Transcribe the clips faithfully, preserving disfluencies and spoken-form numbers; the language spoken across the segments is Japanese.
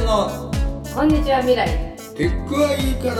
のこんにちは未来。 テックはいいから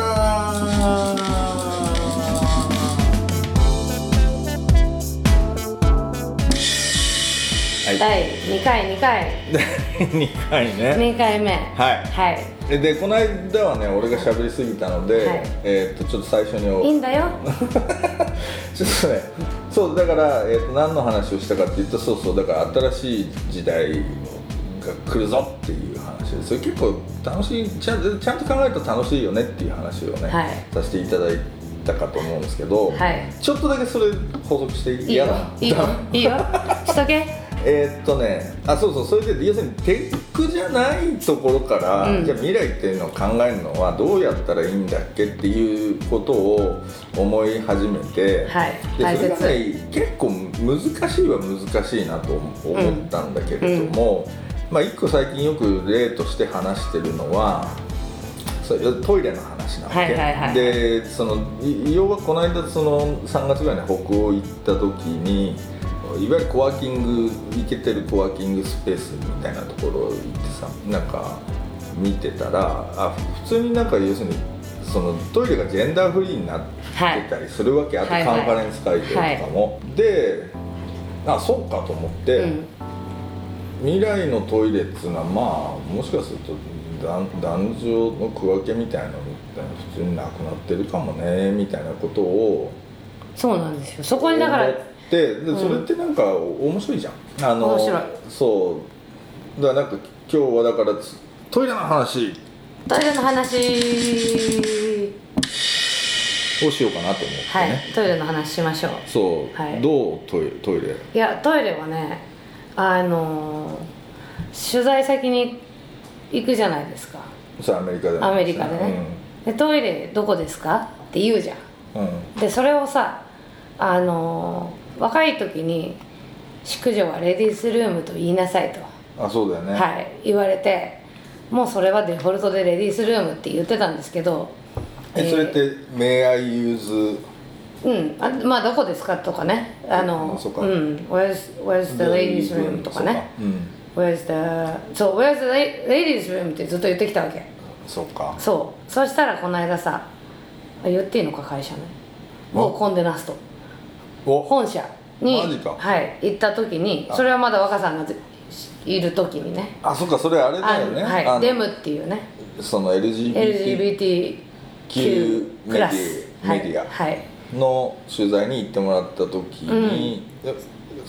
はい、だいにかいにかいだいにかいねにかいめはいはいでこの間はね俺が喋りすぎたので、はい、えー、っとちょっと最初にいいんだよちょっとねそうだから、えー、っと何の話をしたかっていうとそうそうだから新しい時代が来るぞっていう話でそれ結構楽しいちゃん、ちゃんと考えると楽しいよねっていう話をね、はい、させていただいたかと思うんですけど、はい、ちょっとだけそれ補足していい？ いいよいいよいいよしとけえーっとねあそうそうそれで要するにテックじゃないところから、うん、じゃあ未来っていうのを考えるのはどうやったらいいんだっけっていうことを思い始めて、はい、でそれがね結構難しいは難しいなと思ったんだけれども、うんうんまあ、一個最近よく例として話してるのはトイレの話なわけ、はいはいはい、でその要はこの間そのさんがつぐらいに北欧行った時にいわゆるコワーキング行けてるコワーキングスペースみたいなところ行ってさなんか見てたらあ普通になんか要するにそのトイレがジェンダーフリーになってたりするわけ、はい、あとカンファレンス会場とかも、はいはい、であそうかと思って、うん未来のトイレっていうのはまあもしかすると男女の区分けみたいなのって普通になくなってるかもねみたいなことをそうなんですよそこにだからででそれってなんか面白いじゃん、うん、あの面白いそうだからなんか今日はだからトイレの話トイレの話をしようかなと思ってねはいトイレの話しましょうそう、はい、どうトイレ、トイレいやトイレはねあの取材先に行くじゃないですかそうアメリカで、ね、 アメリカでね、うん、でトイレどこですかって言うじゃん、うん、でそれをさあの若い時に淑女はレディースルームと言いなさいとあそうだよねはい言われてもうそれはデフォルトでレディースルームって言ってたんですけどえ、えー、それって May I use うんあまあどこですかとかねあのそうか、 うん、where's, where's the ladies room とかねうん、 where's the そう where's the ladies room ってずっと言ってきたわけそうかそうそしたらこの間さ言っていいのか会社ねもうコンデナスト本社にマジか、 はい、行った時にそれはまだ若さんがいる時にねあそっかそれあれだよねはいデムっていうねその エルジービーティーキュー クラスメディア、はいはいの取材に行ってもらった時に、うん、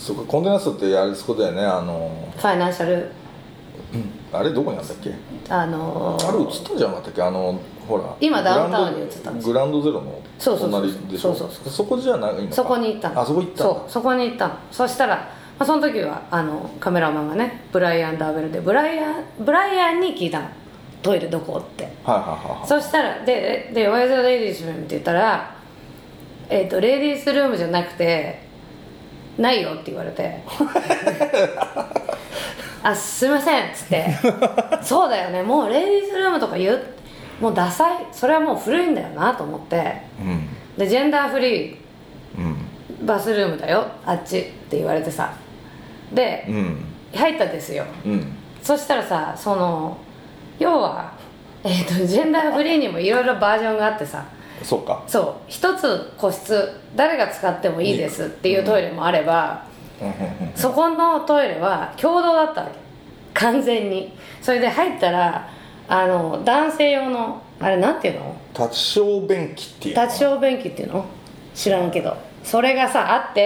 そこコンデナストってあれですことだよねあのファイナンシャル、うん、 あれどこにあったっけあのー、 あれ映ったんじゃなかったっけあのほら今ダウンタウンに映ったんですグランドゼロの隣でしょそうそうそうそこじゃないのかそこに行ったのあそこ行ったのそうそこに行ったのそしたら、まあ、その時はあのカメラマンがねブライアン・ダーベルでブライアンブライアンに聞いたのトイレどこって、 はいはいはいはい、 そしたらで「で Where's the ladies room?」って言ったらえーと、レディースルームじゃなくてないよって言われてあすいませんっつってそうだよねもうレディースルームとか言うもうダサいそれはもう古いんだよなと思って、うん、でジェンダーフリー、うん、バスルームだよあっちって言われてさで、うん、入ったんですよ、うん、そしたらさその要は、えーと、ジェンダーフリーにもいろいろバージョンがあってさそうかそう一つ個室誰が使ってもいいですっていうトイレもあれば、うん、そこのトイレは共同だったわけ完全にそれで入ったらあの男性用のあれなんていうの立ち小便器っていうの立ち小便器っていうの知らんけどそれがさあって、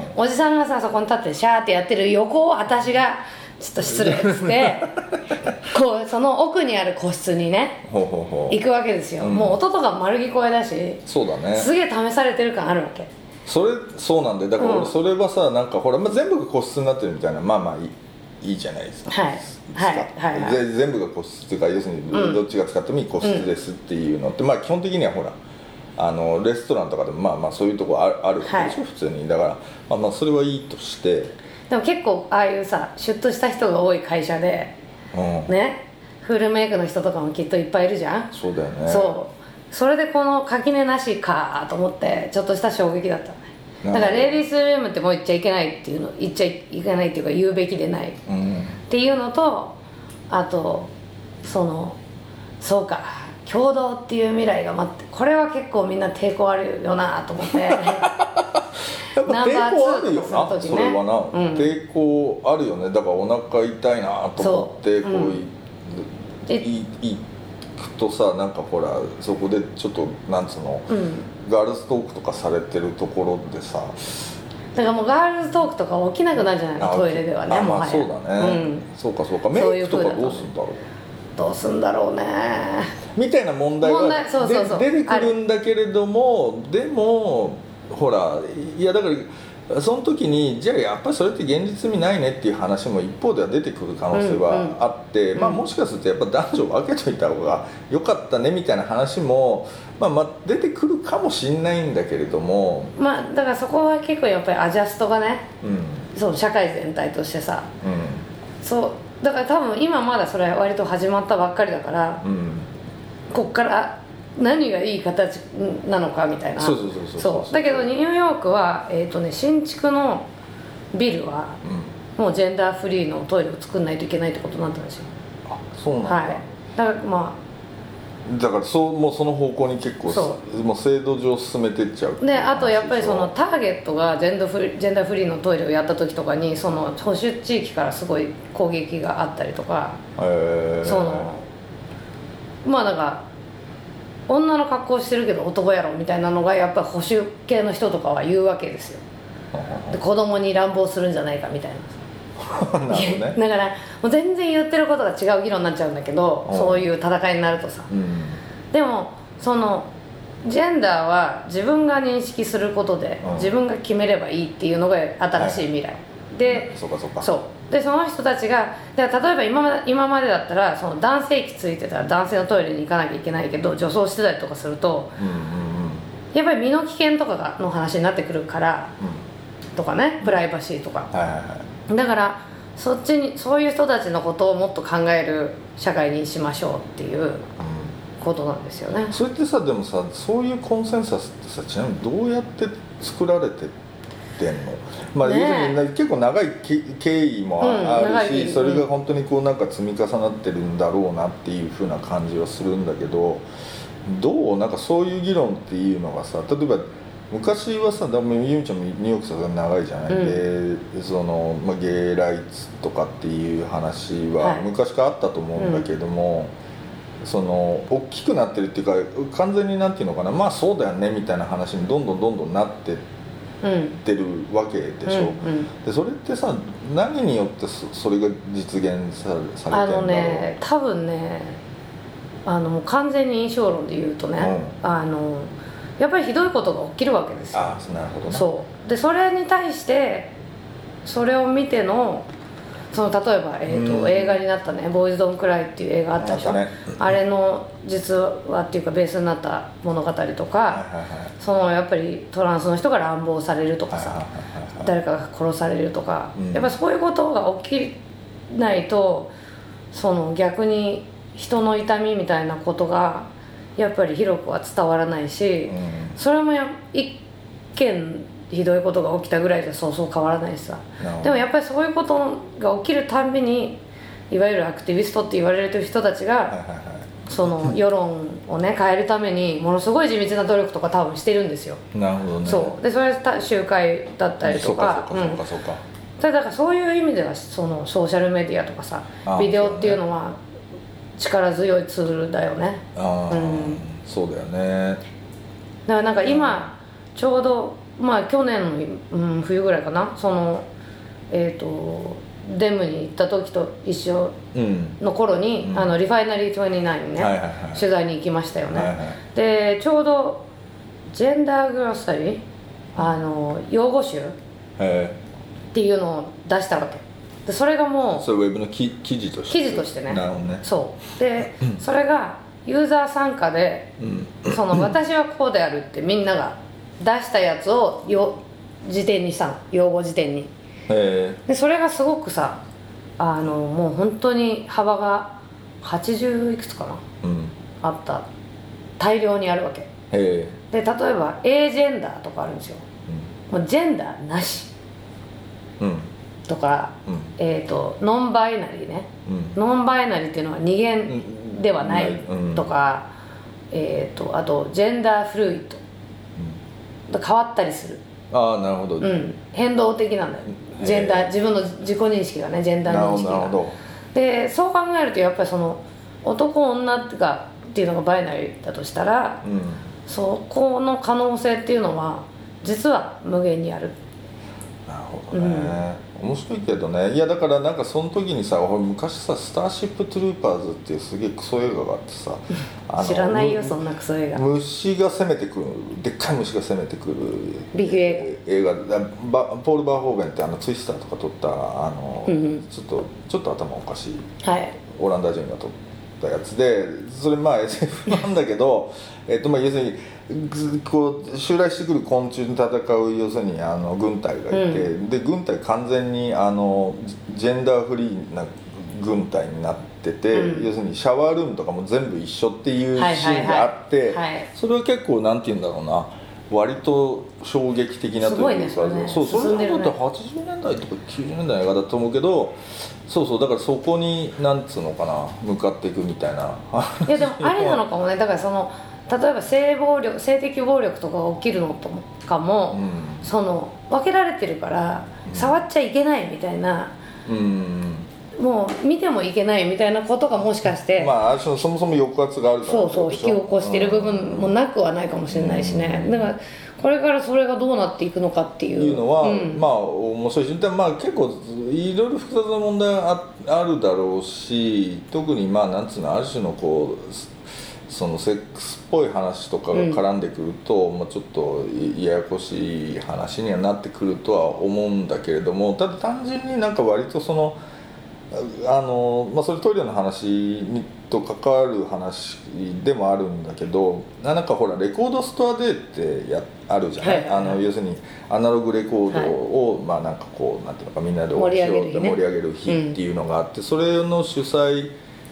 うん、おじさんがさそこに立ってシャーってやってる横を私がちょっと失礼っつってこうその奥にある個室にねほうほうほう行くわけですよ、うん、もう音とか丸聞こえだしそうだねすげえ試されてる感あるわけそれそうなんでだから俺それはさ、うん、なんかほら、まあ、全部が個室になってるみたいなまあまあいい、いいじゃないですかはいはいはい、はい、 全部が個室というか要するにどっちが使ってもいい個室ですっていうのって、うん、まあ基本的にはほらあのレストランとかでもまあまあそういうとこあるあるわけでしょ、はい、普通にだから、まあ、まあそれはいいとしてでも結構ああいうさシュッとした人が多い会社で、うん、ねフルメイクの人とかもきっといっぱいいるじゃんそうだよねそうそれでこの垣根なしかと思ってちょっとした衝撃だったねだからレディースルームってもう言っちゃいけないっていうの言っちゃいけないっていうか言うべきでない、うん、っていうのとあとそのそうか共同っていう未来が待って、これは結構みんな抵抗あるよなと思ってやっぱ抵抗あるよな、ね、それはな、うん、抵抗あるよね。だからお腹痛いなと思ってこう、うん、い行くとさ、なんかほらそこでちょっとなんつうの、うん、ガールズトークとかされてるところでさ、 だからもうガールズトークとか起きなくなるんじゃないの、トイレではね。 あ、まあそうだね、うん、そうかそうか。メイクとかどうするんだろう、 どうすんだろうねみたいな問題が出てくるんだけれども、でもほらいやだからその時にじゃあやっぱりそれって現実味ないねっていう話も一方では出てくる可能性はあって、うんうん、まあもしかするとやっぱ男女分けといた方が良かったねみたいな話も、まあ、まあ出てくるかもしれないんだけれども、 まあだからそこは結構やっぱりアジャストがね、うん、そう社会全体としてさ、うん、そうだから多分今まだそれ割と始まったばっかりだから、うん、こっから何がいい形なのかみたいな。 そうそうそうそうそうだけどニューヨークは、えーとね、新築のビルは、うん、もうジェンダーフリーのトイレを作んないといけないってことになったんですよ。 あ、そうなんだ、 はい、だからまあだからそうもうその方向に結構もう制度上進めてっちゃうで、あとやっぱりそのターゲットがジェンダーフリー、ジェンダーフリーのトイレをやった時とかにその保守地域からすごい攻撃があったりとか、へー、そのまあなんか女の格好してるけど男やろみたいなのがやっぱり保守系の人とかは言うわけですよ。で子供に乱暴するんじゃないかみたいななるほど、ね、だからもう全然言ってることが違う議論になっちゃうんだけど、そういう戦いになるとさ、うん、でもそのジェンダーは自分が認識することで、うん、自分が決めればいいっていうのが新しい未来、はい、で、 そうかそうか、 そうでその人たちがだから例えば今まで今までだったらその男性器ついてたら男性のトイレに行かなきゃいけないけど女装してたりとかすると、うんうんうん、やっぱり身の危険とかがの話になってくるから、うん、とかね、プライバシーとか、はいはいはい、だからそっちにそういう人たちのことをもっと考える社会にしましょうっていうことなんですよね、うん、 それってさ、でもさそういうコンセンサスってさ、ちなみにどうやって作られててんの？まあ、要するに結構長い経緯もあるし、うん、それが本当にこうなんか積み重なってるんだろうなっていう風な感じはするんだけど、どうなんかそういう議論っていうのがさ、例えば昔はさ、ゆみちゃんもニューヨークさ長いじゃない、うん、でその、まあ、ゲイライツとかっていう話は昔からあったと思うんだけども、はい、うん、その大きくなってるっていうか完全になんていうのかな、まあそうだよねみたいな話にどんどんどんどんなってってるわけでしょ、うんうん、でそれってさ何によってそれが実現されてるんだろう？あのね、多分ね、あの完全に印象論で言うとね、うん、あのやっぱりひどいことが起きるわけですよ。 ああ、なるほどね。 そうでそれに対してそれを見てのその例えば、えーとうん、映画になったね「ボーイズ・ドン・クライ」っていう映画あったでしょ、ね、あれの実話っていうかベースになった物語とか、はいはいはい、そのやっぱりトランスの人が乱暴されるとかさ、はいはいはいはい、誰かが殺されるとか、うん、やっぱりそういうことが起きないとその逆に人の痛みみたいなことがやっぱり広くは伝わらないし、うん、それもや一見ひどいことが起きたぐらいじゃそうそう変わらないしさ、でもやっぱりそういうことが起きるたんびにいわゆるアクティビストって言われる人たちが、はいはいはい、その世論をね変えるためにものすごい地道な努力とか多分してるんですよ。 なるほどね。 そうでそれは集会だったりとか、 そうかそうかそうか、 うん、だからそういう意味ではそのソーシャルメディアとかさビデオっていうのは力強いツールだよね。 ああ、うん、そうだよね。 だからなんか今ちょうどまあ去年の、うん、冬ぐらいかな、そのえっ、ー、とデムに行った時と一緒の頃に、うん、あのリファイナリーにじゅうきゅうね、はいはいはい、取材に行きましたよね、はいはい、でちょうどジェンダーグロッサリーあの用語集っていうのを出したわけで、それがもうそれウェブの記事として記事としてね、 なるほどね。 そうでそれがユーザー参加で、うん、その私はこうであるってみんなが出したやつをよ辞典にしたの、用語辞典に。へでそれがすごくさあのもう本当に幅がはちじゅういくつかな、うん、あった大量にあるわけへで、例えば A ジェンダーとかあるんですよ、うん、もうジェンダーなし、うん、とか、うん、えーとノンバイナリーね、うん、ノンバイナリーっていうのは二元ではないとか、うん、えー、とあとジェンダーフルイッド、うん、変わったりする。 ああなるほど、 うん、変動的なんだよジェンダー、自分の自己認識がね、ジェンダー認識が。でそう考えるとやっぱりその男女がっていうのがバイナリーだとしたら、うん、そこの可能性っていうのは実は無限にある。 なるほどね、うん、面白いけどね。いやだからなんかその時にさ、昔さスターシップトゥルーパーズっていうすげえクソ映画があってさあの知らないよそんなクソ映画。 虫が攻めてくる、でっかい虫が攻めてくるビッグ映画、映画バポール・バーホーベンってあのツイスターとか撮ったあの、うんうん、ちょっとちょっと頭おかしい、はい、オランダ人が撮ったやつで、それまあ エスエフ なんだけどえっとまあ要するにこう襲来してくる昆虫に戦う要するにあの軍隊がいて、うん、で軍隊完全にあのジェンダーフリーな軍隊になってて、うん、要するにシャワールームとかも全部一緒っていうシーンがあって、はいはいはいはい、それは結構なんて言うんだろうな、割と衝撃的なというか、すごいね、それね、そう、それのことってはちじゅうねんだいとかきゅうじゅうねんだいの映画だと思うけど、そうそう、だからそこになんつうのかな、向かっていくみたいな。 いやでもあれなのかもね。だからその例えば性暴力、性的暴力とかが起きるのとかも、うん、その分けられてるから触っちゃいけないみたいな、うん、もう見てもいけないみたいなことがもしかして、 まあそもそも抑圧があるから、 そうそう引き起こしてる部分もなくはないかもしれないしね、うん、だからこれからそれがどうなっていくのかっていういうのは、うん、まあ面白いし、でまあ結構いろいろ複雑な問題が あ, あるだろうし、特にまあなんつうの、ある種のこうそのセックスっぽい話とかが絡んでくると、うん、まあ、ちょっとややこしい話にはなってくるとは思うんだけれども、ただ単純になんか割とそのあの、まあ、それトイレの話と関わる話でもあるんだけど、なんかほらレコードストアデーってやあるじゃない、はいはいはい、あの要するにアナログレコードを、はい、まあなんかこうなんていうのかみんなで盛り上げる、ね、 盛り上げる日っていうのがあって、うん、それの主催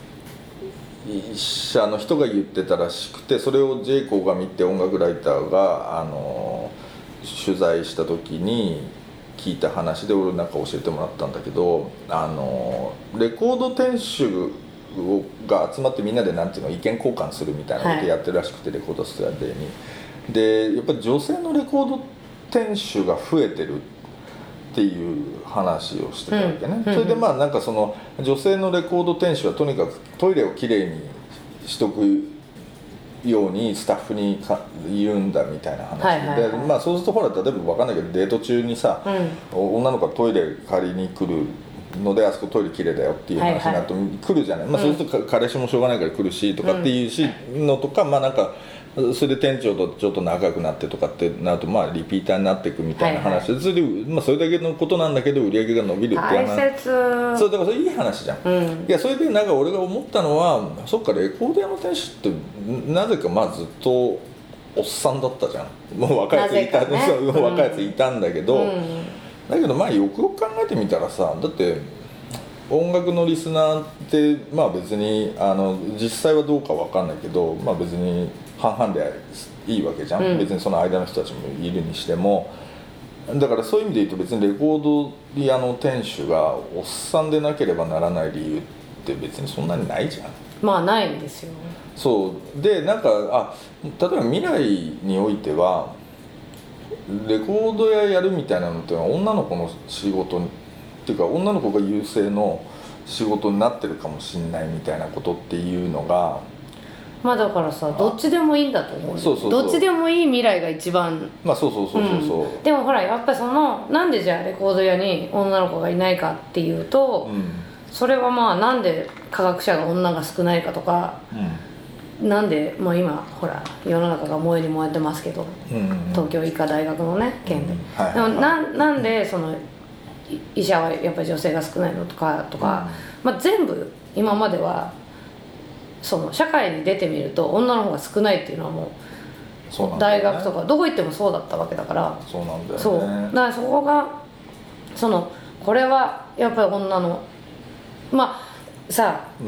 者の人が言ってたらしくて、それを ジェイコー が見て音楽ライターがあの取材した時に聞いた話で俺なんか教えてもらったんだけど、あのレコード店主が集まってみんなでなんていうの意見交換するみたいなことやってるらしくて、はい、レコードストアデーにでやっぱり女性のレコード店主が増えてるっていう話をしてたわけね、うん、それでまあなんかその女性のレコード店主はとにかくトイレをきれいにしとくようにスタッフにか言うんだみたいな話で、はいはいはい、まあそうするとほら例えば分かんないけどデート中にさ、うん、女の子がトイレ借りに来るのであそこトイレきれいだよっていう話になると来るじゃない、はいはい、まあ、そうすると彼氏もしょうがないから来るしとかっていうしのとか、まあなんかそれで店長とちょっと仲良くなってとかってなるとまあリピーターになっていくみたいな話で、はいはい、それで、まあ、それだけのことなんだけど売り上げが伸びるっていう話、 大切。 そうだからそれいい話じゃん、うん、いやそれでなんか俺が思ったのはそっかレコード屋の店主ってなぜかまあずっとおっさんだったじゃん。もう若いやついた、ね、そう、若いやついたんだけど、うん、だけどまあよくよく考えてみたらさ、だって音楽のリスナーってまあ別にあの実際はどうかわかんないけど、まあ別に半々でいいわけじゃん、うん、別にその間の人たちもいるにしても、だからそういう意味で言うと別にレコード屋の店主がおっさんでなければならない理由って別にそんなにないじゃん。 まあないんですよ。 そうでなんかあ例えば未来においてはレコード屋やるみたいなのって女の子の仕事っていうか女の子が優勢の仕事になってるかもしれないみたいなことっていうのが、 まあだからさどっちでもいいんだと思う。そうそうそう、どっちでもいい未来が一番。 まあそうそうそうそうそう、 うん、でもほらやっぱりそのなんでじゃあレコード屋に女の子がいないかっていうと、うん、それはまあなんで科学者が女が少ないかとか、うん、なんでもう今ほら世の中が燃えに燃えてますけど、うんうんうん、東京医科大学のね件で、うんはいはいはい、でも な, なんでその医者はやっぱり女性が少ないのとかとか、うんまあ、全部今まではその社会に出てみると女の方が少ないっていうのはもうそうなんだよね、大学とかどこ行ってもそうだったわけだから。 そうなんだよね。 そうだからそこがそのこれはやっぱり女のまあさ、うん、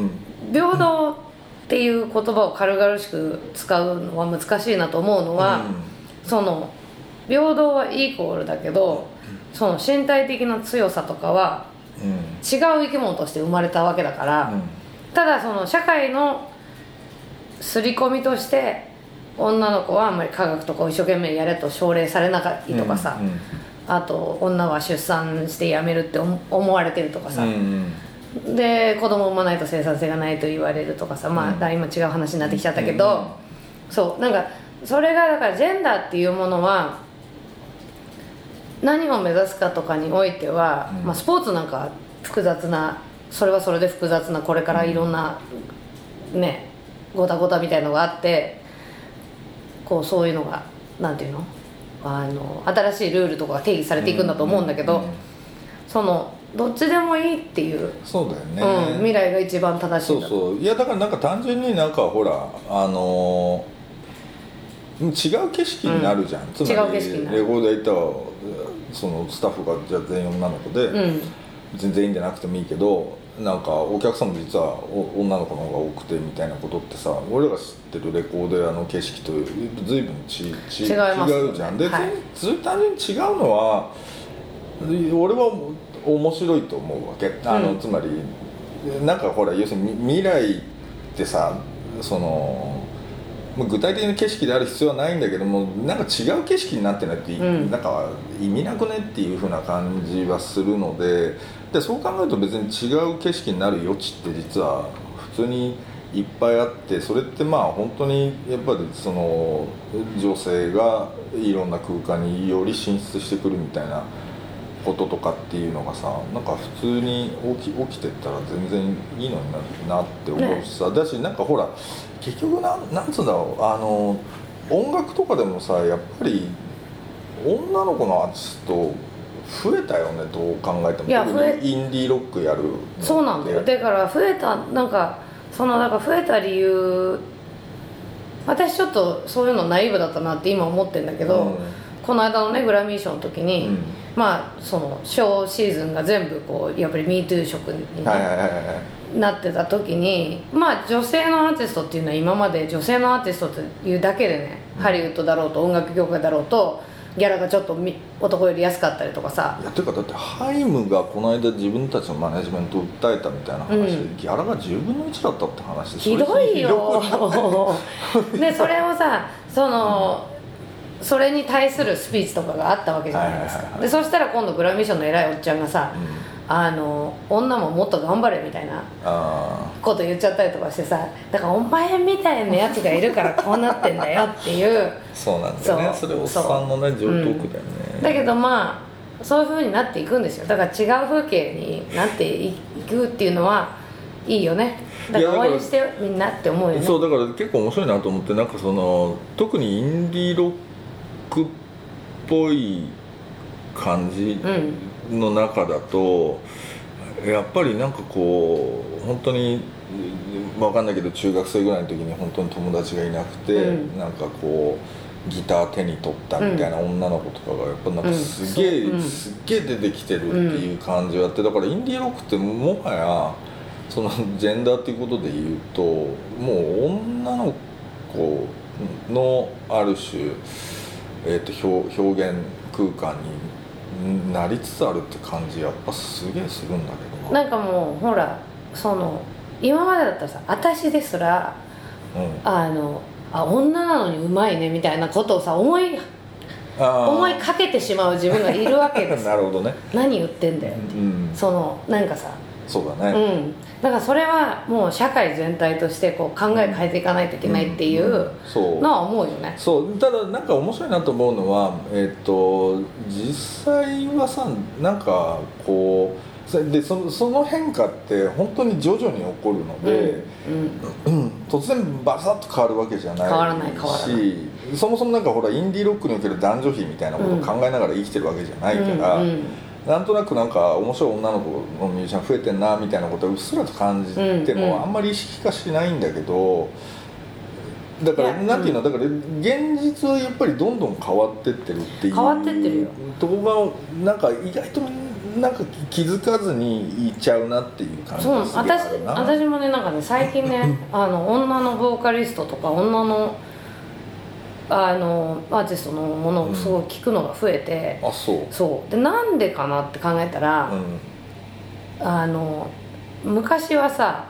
平等っていう言葉を軽々しく使うのは難しいなと思うのは、うん、その平等はイコールだけどその身体的な強さとかは違う生き物として生まれたわけだから、うん、ただその社会の刷り込みとして女の子はあんまり科学とかを一生懸命やれと奨励されなかったりとかさ、うんうん、あと女は出産して辞めるって思われてるとかさ、うんうん、で子供産まないと生産性がないと言われるとかさ、まあ、うん、今違う話になってきちゃったけど、うんうん、そうなんかそれがだからジェンダーっていうものは何を目指すかとかにおいては、うん、まあ、スポーツなんか複雑なそれはそれで複雑なこれからいろんなねごたごたみたいのがあってこうそういうのがなんていうのあの新しいルールとかが定義されていくんだと思うんだけど、うんうんうん、そのどっちでもいいっていうそうだよね、 うん、未来が一番正しいんだと。 そうそういやだからなんか単純になんかほらあの違う景色になるじゃん、うん、つまりレコーダー行ったらそのスタッフがじゃあ全員女の子で、うん、別に全員じゃなくてもいいけどなんかお客さんも実は女の子の方が多くてみたいなことってさ俺らが知ってるレコード屋の景色と随分ちち違うじゃんで、はい、単純に違うのは俺は面白いと思うわけあの、うん、つまりなんかほら要するに未来ってさその具体的な景色である必要はないんだけどもなんか違う景色になってないって、うん、なんか意味なくねっていう風な感じはするのででそう考えると別に違う景色になる余地って実は普通にいっぱいあってそれってまあ本当にやっぱりその女性がいろんな空間により進出してくるみたいなこととかっていうのがさなんか普通に起き、起きてったら全然いいのになるなって思うしさ、ね、だしなんかほら結局な ん, なんつうんだろうあの音楽とかでもさやっぱり女の子のアーティスト増えたよねどう考えても。いや増えインディーロックやるそうなんだよだから増えたなんかそのだから増えた理由私ちょっとそういうのナイーブだったなって今思ってるんだけど、うん、この間のねグラミー賞の時に、うん、まあその賞シーズンが全部こうやっぱり ミートゥー 色に、ねはいはいはいはい、なってた時にまあ女性のアーティストっていうのは今まで女性のアーティストというだけでね、うん、ハリウッドだろうと音楽業界だろうとギャラがちょっと男より安かったりとかさいやていうかだってハイムがこの間自分たちのマネジメントを訴えたみたいな話で、うん、ギャラがじゅうぶんのいちだったって話でひどいよでそれをさその、うん、それに対するスピーチとかがあったわけじゃないですか、はいはいはいはい、でそしたら今度グラミー賞の偉いおっちゃんがさ、うんあの女ももっと頑張れみたいなこと言っちゃったりとかしてさだからお前みたいなやつがいるからこうなってんだよっていうそうなんだよね そ, それおっさんのね上等句だよね、 うん、だけどまあそういう風になっていくんですよだから違う風景になっていくっていうのはいいよねだから応援してよみんなって思うよねそうだから結構面白いなと思ってなんかその特にインディーロックっぽい感じ、うんの中だとやっぱりなんかこう本当に分かんないけど中学生ぐらいの時に本当に友達がいなくて、うん、なんかこうギター手に取ったみたいな女の子とかがやっぱなんかすげえ、うん、すっげえ出てきてるっていう感じがあってだからインディーロックってもはやそのジェンダーっていうことで言うともう女の子のある種、えー、と 表, 表現空間になりつつあるって感じやっぱすげえするんだけどな。なんかもうほらその今までだったらさ私ですら、うん、あのあ女なのにうまいねみたいなことをさ思い思いかけてしまう自分がいるわけですなるほどね何言ってんだよって、うん、そのなんかさそうだね、 うん、だからそれはもう社会全体としてこう考え変えていかないといけないっていうのは思うよね、 そう、そうただなんか面白いなと思うのは、えー、と実際はさなんかこうで そ, その変化って本当に徐々に起こるので、うんうん、突然バサッと変わるわけじゃないし変わらない変わらないそもそもなんかほらインディーロックにおける男女比みたいなことを考えながら生きてるわけじゃないから、うんうんうんなんとなくなんか面白い女の子のミュージシャン増えてんなみたいなことはうっすらと感じてもあんまり意識化しないんだけどだからなんていうのだから現実はやっぱりどんどん変わってってるっていう変わってってるよところがなんか意外となんか気づかずにいっちゃうなっていう感じがするな。 そう私私もねなんかね最近ねあの女のボーカリストとか女のあのアーティストのものをすごい聞くのが増えて、 うん、あそうそうでなんでかなって考えたら、うん、あの昔はさ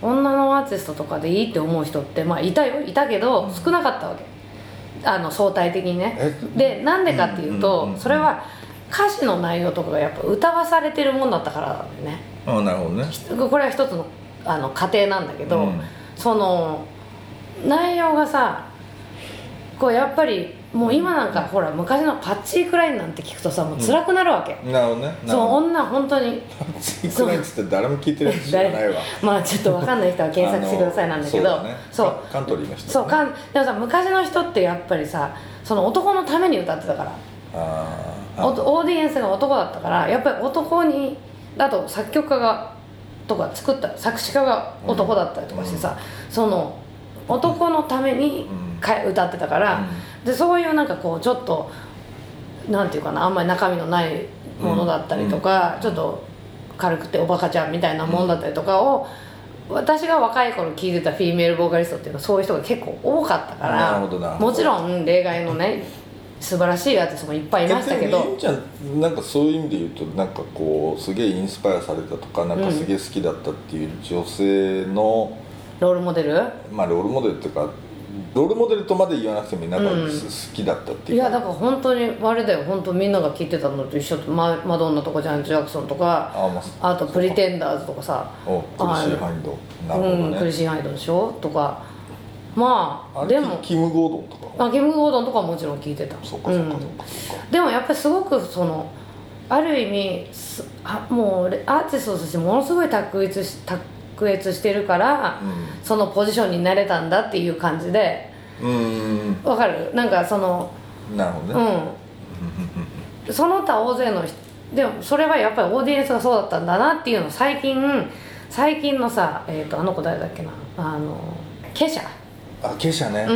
女のアーティストとかでいいって思う人ってまあいたよいたけど少なかったわけ、あの相対的にね。でなんでかっていうと、それは歌詞の内容とかがやっぱ歌わされてるもんだったからなんだよね。 ああなるほどね。 これは一つのあの過程なんだけど、うん、その内容がさこうやっぱりもう今なんかほら昔のパッチークラインなんて聞くとさもう辛くなるわけ、 うん、なるほどね。 そう女本当にパッチークラインって誰も聞いてるやつじゃないわまあちょっと分かんない人は検索してくださいなんだけどそうだね、そうカントリーの人、ね、 そうかんでもさ昔の人ってやっぱりさその男のために歌ってたから、 ああオーディエンスが男だったからやっぱり男にあと作曲家がとか作った作詞家が男だったりとかしてさ、うん、その男のためにか、うん、歌ってたから、うん、でそういうなんかこうちょっとなんていうかなあんまり中身のないものだったりとか、うん、ちょっと軽くておバカちゃんみたいなものだったりとかを、うん、私が若い頃聴いてたフィメールボーカリストっていうのはそういう人が結構多かったから、 なるほどな、 もちろん例外のね素晴らしいアーティストもいっぱいいましたけど、 いいんじゃん。なんかそういう意味で言うとなんかこうすげえインスパイアされたとかなんかすげえ好きだったっていう女性の、 うん、ロールモデルまあロールモデルっていうかロールモデルとまで言わなくてもなんか、うん、好きだったっていうか、 いやだから本当にあれだよ本当みんなが聴いてたのと一緒とマドンナとかジャン・ジャクソンとか あ,、まあ、あとプリテンダーズとかさおクリシー・ハインドなるほどね、うん、クリシー・ハインドでしょとかまあ、 あでもキム・ゴードンとかあキム・ゴードンとかはもちろん聞いてた。 そうかそうかそうかそうか、 うん、でもやっぱりすごくそのある意味あもうアーティストとしてものすごい卓越し卓越してるから、うん、そのポジションになれたんだっていう感じで、 うーんわかるなんかそのなるほどね、 うん、その他大勢の人でもそれはやっぱりオーディエンスがそうだったんだなっていうのを最近最近のさ、えー、とあの子誰だっけなあのケシャあケシャね、 うん、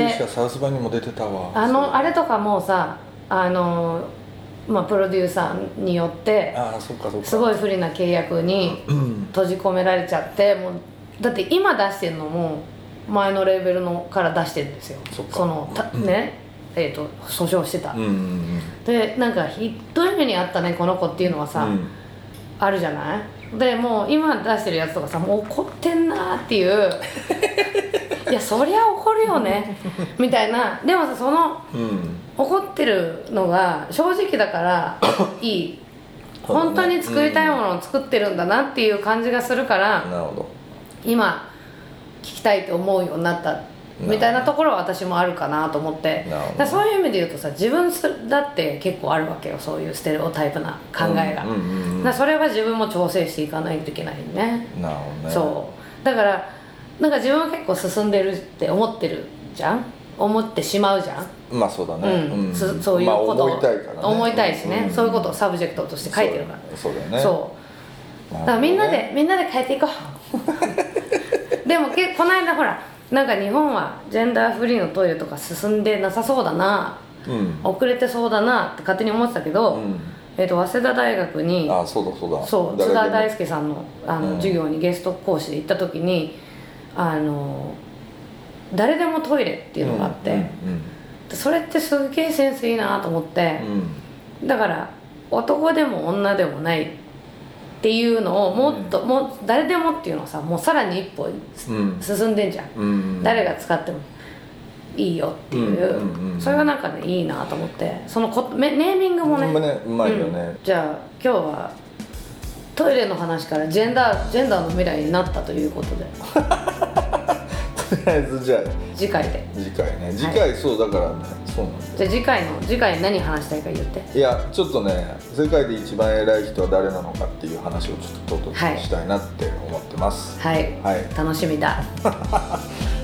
ケシャサウスバにも出てたわ。 あのあれとかもさあの、まあ、プロデューサーによってあそっかそっかすごい不利な契約に閉じ込められちゃってもうだって今出してるのも前のレーベルのから出してるんですよ。 そっかそのたね、えー、と訴訟してた、 うんうんうん、 でなんかひどい目にあったねこの子っていうのはさ、うん、あるじゃないでもう今出してるやつとかさもう怒ってんなっていういやそりゃ怒るよねみたいな。でもさその、うん、怒ってるのが正直だからいい本当に作りたいものを作ってるんだなっていう感じがするから、 うん、なるほど今聞きたいって思うようになったみたいなところは私もあるかなと思って、だそういう意味で言うとさ自分だって結構あるわけよそういうステレオタイプな考えが、うんうんうんうん、だそれは自分も調整していかないといけないね。 なるほどね。 そうだからなんか自分は結構進んでるって思ってるじゃん思ってしまうじゃん。 まあそうだね、 うんうん、そ, そういうことを、まあ、 思いたいからね思いたいしね、うんうん、そういうことをサブジェクトとして書いてるから。 そうだよね。 そうだからみんなでみんなで変えていこうでもけこの間ほらなんか日本はジェンダーフリーのトイレとか進んでなさそうだな、うん、遅れてそうだなって勝手に思ってたけど、うんえー、と早稲田大学にあそうだそうだそう津田大介さん の, あの、うん、授業にゲスト講師で行った時にあの誰でもトイレっていうのがあって、うんうんうん、それってすげえセンスいいなと思って、うん、だから男でも女でもないっていうのをもっと、うん、もう誰でもっていうのはさもうさらに一歩進んでんじゃん、うんうん、誰が使ってもいいよっていう、うんうんうん、それがなんかねいいなと思ってそのこネーミングもね、 うん、うまいよね、うん、 じゃあ今日はトイレの話からジェンダージェンダーの未来になったということでとりあえずじゃあ次回で次回ね次回、はい、そうだからねそうなんですじゃあ次回の次回何話したいか言って。 いやちょっとね世界で一番偉い人は誰なのかっていう話をちょっととうとうしたいなって思ってます。 はい、はい、楽しみだ